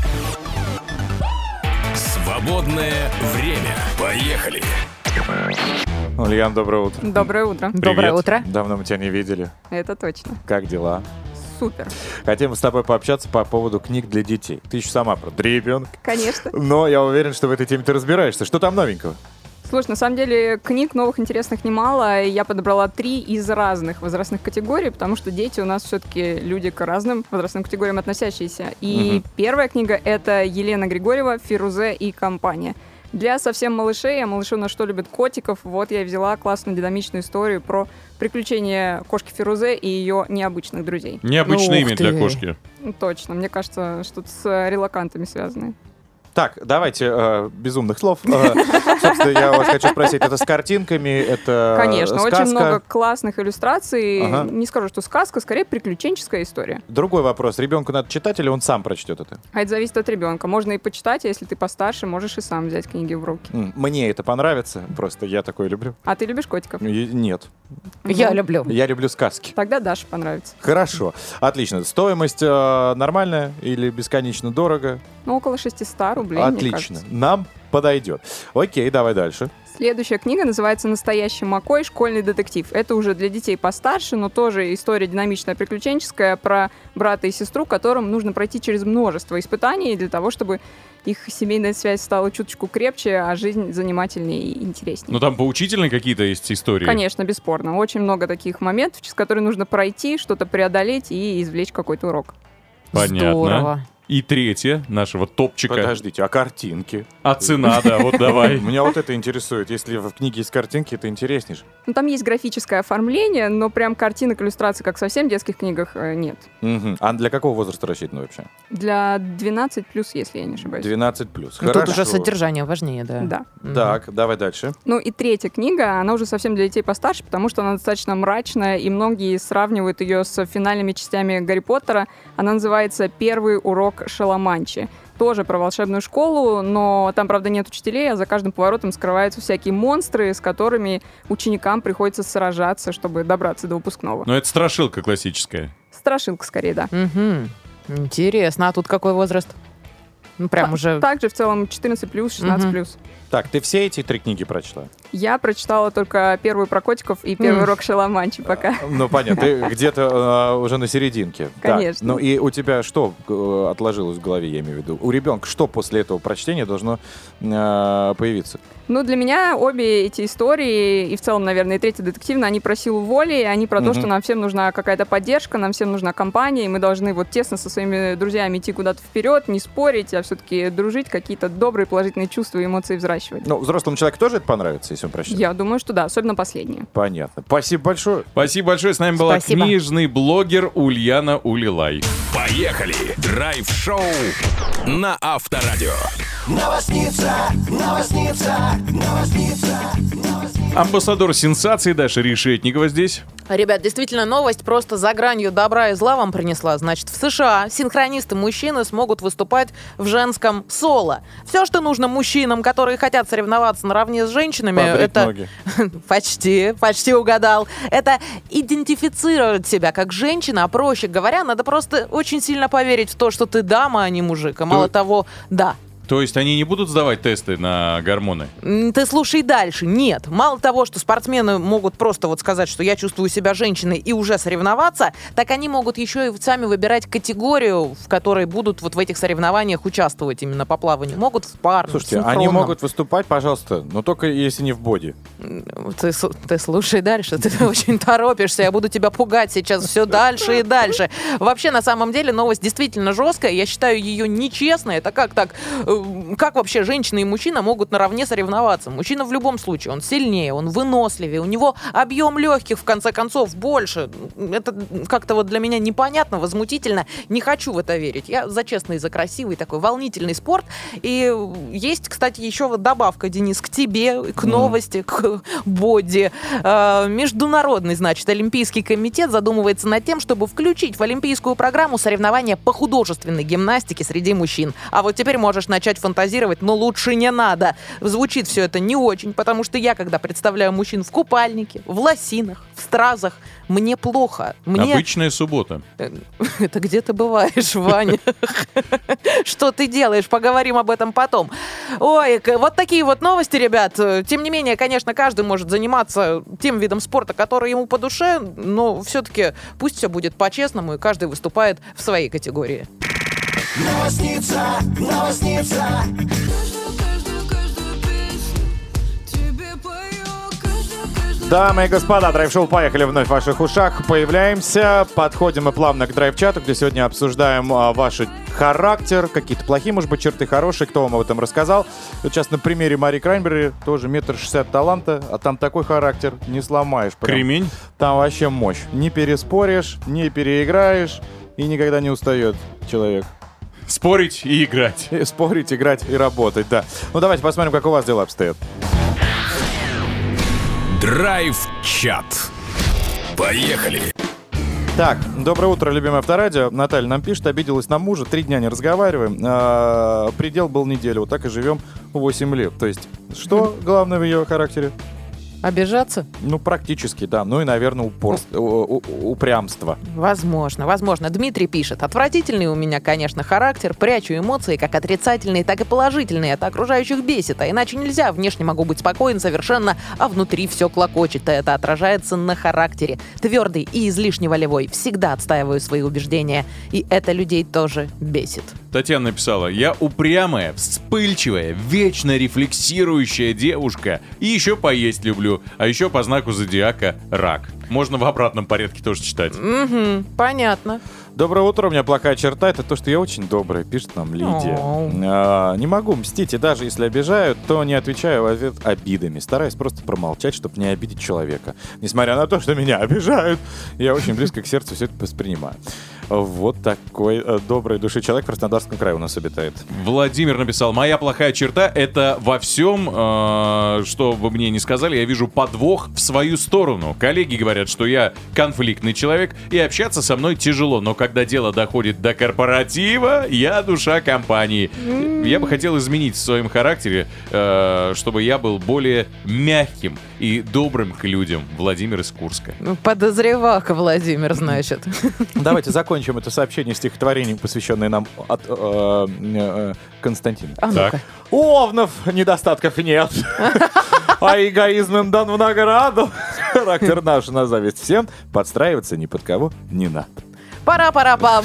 Свободное время. Поехали! Ульян, доброе утро. Доброе утро. Доброе утро. Давно мы тебя не видели. Это точно. Как дела? Супер. Хотим с тобой пообщаться по поводу книг для детей. Ты еще сама про ребенка. Конечно. Но я уверен, что в этой теме ты разбираешься. Что там новенького? Слушай, на самом деле книг новых интересных немало. Я подобрала 3 из разных возрастных категорий, потому что дети у нас все-таки люди к разным возрастным категориям относящиеся. И первая книга — это Елена Григорьева «Фирузе и компания». Для совсем малышей, а малыши у нас что любят котиков, вот я взяла классную динамичную историю про приключения кошки Фирузе и ее необычных друзей. Необычное имя для кошки. Точно, мне кажется, что-то с релакантами связано. Так, давайте безумных слов. Собственно, я вас хочу спросить, это с картинками, это Конечно, сказка? очень много классных иллюстраций. Ага. Не скажу, что сказка, скорее приключенческая история. Другой вопрос. Ребенку надо читать или он сам прочтет это? А это зависит от ребенка. Можно и почитать, а если ты постарше, можешь и сам взять книги в руки. Мне это понравится, просто я такое люблю. А ты любишь котиков? Нет. Я люблю. Я люблю сказки. Тогда Даше понравится. Хорошо, отлично. Стоимость нормальная или бесконечно дорого? Ну, около 600 рублей, мне Отлично, кажется. нам подойдет. Окей, давай дальше. Следующая книга называется «Настоящий Маккой. Школьный детектив». Это уже для детей постарше, но тоже история динамичная, приключенческая про брата и сестру, которым нужно пройти через множество испытаний для того, чтобы их семейная связь стала чуточку крепче, а жизнь занимательнее и интереснее. Ну там поучительные какие-то есть истории? Конечно, бесспорно. Очень много таких моментов, через которые нужно пройти, что-то преодолеть и извлечь какой-то урок. Понятно. Здорово. И третье нашего топчика. Подождите, а картинки? А цена, да, вот давай. Меня вот это интересует. Если в книге есть картинки, это интереснее же. Ну, там есть графическое оформление, но прям картинок, иллюстраций, как совсем в детских книгах, нет. А для какого возраста рассчитано вообще? Для 12+, если я не ошибаюсь. 12+. Ну, Хорошо. тут уже содержание важнее, да. Да. Так, давай дальше. Ну и третья книга, она уже совсем для детей постарше, потому что она достаточно мрачная, и многие сравнивают ее с финальными частями Гарри Поттера. Она называется «Первый урок Шаламанчи». Тоже про волшебную школу, но там, правда, нет учителей, а за каждым поворотом скрываются всякие монстры, с которыми ученикам приходится сражаться, чтобы добраться до выпускного. Ну это страшилка классическая. Страшилка, скорее, да. Интересно. А тут какой возраст? Ну, прям уже... Также в целом 14+, 16+. Так, ты все эти 3 книги прочла? Я прочитала только первую про котиков и первый урок Шаламанчи пока. Ну, понятно, ты где-то уже на серединке. Конечно. Так, ну и у тебя что отложилось в голове, я имею в виду? У ребенка что после этого прочтения должно появиться? Ну, для меня обе эти истории, и в целом, наверное, и третья детективная, они про силу воли, они про то, что нам всем нужна какая-то поддержка, нам всем нужна компания, и мы должны вот тесно со своими друзьями идти куда-то вперед, не спорить, а все-таки дружить, какие-то добрые положительные чувства и эмоции взращивать. Ну, взрослому человеку тоже это понравится, если он прочтет? Я думаю, что да, особенно последнее. Понятно. Спасибо большое. Спасибо большое. С нами была книжный блогер Ульяна Улилай. Поехали! Драйв-шоу на Авторадио. Амбассадор сенсации Даша Решетникова здесь. Ребят, действительно, новость просто за гранью добра и зла вам принесла. Значит, в США синхронисты-мужчины смогут выступать в женском соло. Все, что нужно мужчинам, которые хотят соревноваться наравне с женщинами, это... ноги. Почти угадал. Это идентифицировать себя как женщина, а проще говоря, надо просто очень сильно поверить в то, что ты дама, а не мужик. А мало того, да. То есть они не будут сдавать тесты на гормоны? Ты слушай дальше. Нет. Мало того, что спортсмены могут просто вот сказать, что я чувствую себя женщиной и уже соревноваться, так они могут еще и сами выбирать категорию, в которой будут вот в этих соревнованиях участвовать именно по плаванию. Могут в парном, Слушайте, синхронном. они могут выступать, пожалуйста, но только если не в боди. Ты слушай дальше, ты очень торопишься, я буду тебя пугать сейчас все дальше и дальше. Вообще, на самом деле, новость действительно жесткая, я считаю ее нечестной. Это как так? Как вообще женщина и мужчина могут наравне соревноваться? Мужчина в любом случае, он сильнее, он выносливее, у него объем легких, в конце концов, больше. Это как-то вот для меня непонятно, возмутительно. Не хочу в это верить. Я за честный, за красивый такой волнительный спорт. И есть, кстати, еще вот добавка, Денис, к тебе, к новости, к боди. Международный, значит, Олимпийский комитет задумывается над тем, чтобы включить в олимпийскую программу соревнования по художественной гимнастике среди мужчин. А вот теперь можешь начать фантазировать, но лучше не надо. Звучит все это не очень, потому что я, когда представляю мужчин в купальнике, в лосинах, в стразах, мне плохо. Обычная суббота. Это где ты бываешь, Ваня? Что ты делаешь? Поговорим об этом потом. Ой, вот такие вот новости, ребят. Тем не менее, конечно, каждый может заниматься тем видом спорта, который ему по душе, но все-таки пусть все будет по-честному, и каждый выступает в своей категории. Новосница. Дамы и господа, драйв-шоу «Поехали» вновь в ваших ушах. Появляемся, подходим мы плавно к драйв-чату, где сегодня обсуждаем ваш характер, какие-то плохие, может быть, черты, хорошие, кто вам об этом рассказал. Вот сейчас на примере Мари Краймбери, тоже 1,60 м таланта, а там такой характер, не сломаешь. Прям. Кремень? Там вообще мощь. Не переспоришь, не переиграешь, и никогда не устает человек. Спорить и играть. Спорить, играть и работать, да. Ну давайте посмотрим, как у вас дела обстоят. Драйв-чат. Поехали. Так, доброе утро, любимое Авторадио. Наталья нам пишет, обиделась на мужа, 3 дня не разговариваем. Предел был неделю, вот так и живем 8 лет. То есть, что главное в ее характере? Обижаться? Ну, практически, да. Ну и, наверное, упрямство. Возможно. Дмитрий пишет. Отвратительный у меня, конечно, характер. Прячу эмоции, как отрицательные, так и положительные. Это окружающих бесит. А иначе нельзя. Внешне могу быть спокоен совершенно, а внутри все клокочет. И это отражается на характере. Твердый и излишне волевой. Всегда отстаиваю свои убеждения. И это людей тоже бесит. Татьяна написала: я упрямая, вспыльчивая, вечно рефлексирующая девушка. И еще поесть люблю. А еще по знаку зодиака рак. Можно в обратном порядке тоже читать. Угу, понятно. Доброе утро, у меня плохая черта, это то, что я очень добрая, пишет нам Лидия. Не могу мстить, и даже если обижают, то не отвечаю в ответ обидами. Стараюсь просто промолчать, чтобы не обидеть человека. Несмотря на то, что меня обижают, я очень близко к сердцу все это воспринимаю. Вот такой доброй души человек в Краснодарском крае у нас обитает. Владимир написал: моя плохая черта — это во всем, что вы мне не сказали, я вижу подвох в свою сторону. Коллеги говорят, что я конфликтный человек, и общаться со мной тяжело, но когда дело доходит до корпоратива, я душа компании. Я бы хотел изменить в своем характере, чтобы я был более мягким и добрым к людям. Владимир из Курска. Подозревака, Владимир, значит. Давайте закончим это сообщение стихотворением, посвященное нам от Константина. А ну-ка. У овнов недостатков нет. А эгоизм им дан в награду. Характер наш на зависть всем. Подстраиваться ни под кого не надо. Пара-пара-пам.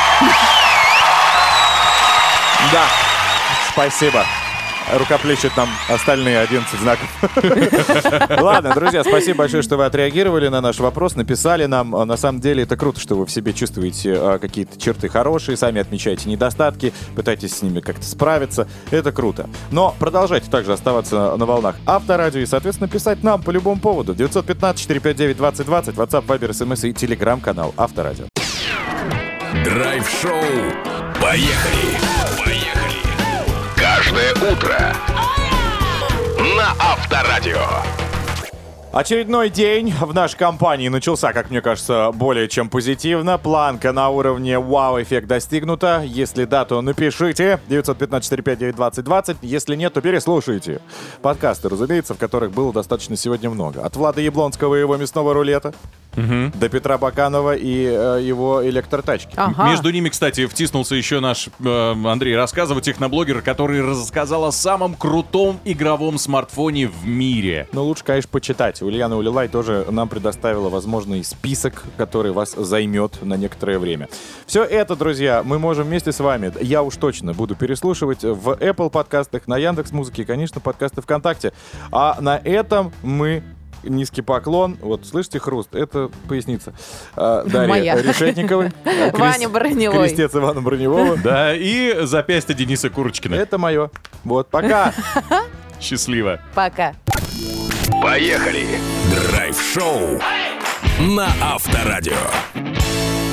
Да, спасибо. Рукоплещут нам остальные 11 знаков. Ладно, друзья, спасибо большое, что вы отреагировали на наш вопрос, написали нам. На самом деле это круто, что вы в себе чувствуете какие-то черты хорошие, сами отмечаете недостатки, пытаетесь с ними как-то справиться. Это круто. Но продолжайте также оставаться на волнах Авторадио и, соответственно, писать нам по любому поводу. 915-459-2020, WhatsApp, Viber, SMS и Telegram-канал Авторадио. Драйв-шоу. Поехали! Поехали! Каждое утро на Авторадио. Очередной день в нашей компании начался, как мне кажется, более чем позитивно. Планка на уровне вау-эффект достигнута. Если да, то напишите. 915-459-2020. Если нет, то переслушайте. Подкасты, разумеется, в которых было достаточно сегодня много. От Влада Яблонского и его мясного рулета до Петра Баканова и его электротачки. Ага. Между ними, кстати, втиснулся еще наш Андрей Рассказов, техноблогер, который рассказал о самом крутом игровом смартфоне в мире. Ну, лучше, конечно, почитать. Ульяна Улилай тоже нам предоставила возможный список, который вас займет на некоторое время. Все это, друзья, мы можем вместе с вами, я уж точно буду переслушивать в Apple подкастах, на Яндекс.Музыке и, конечно, подкасты ВКонтакте. А на этом мы... Низкий поклон. Вот, слышите хруст? Это поясница Дарьи Моя. Решетниковой. Ваня Броневой. Крестец Ивана Броневого. Да, и запястье Дениса Курочкина. Это мое. Вот, пока. Счастливо. Пока. Поехали! Драйв-шоу на Авторадио.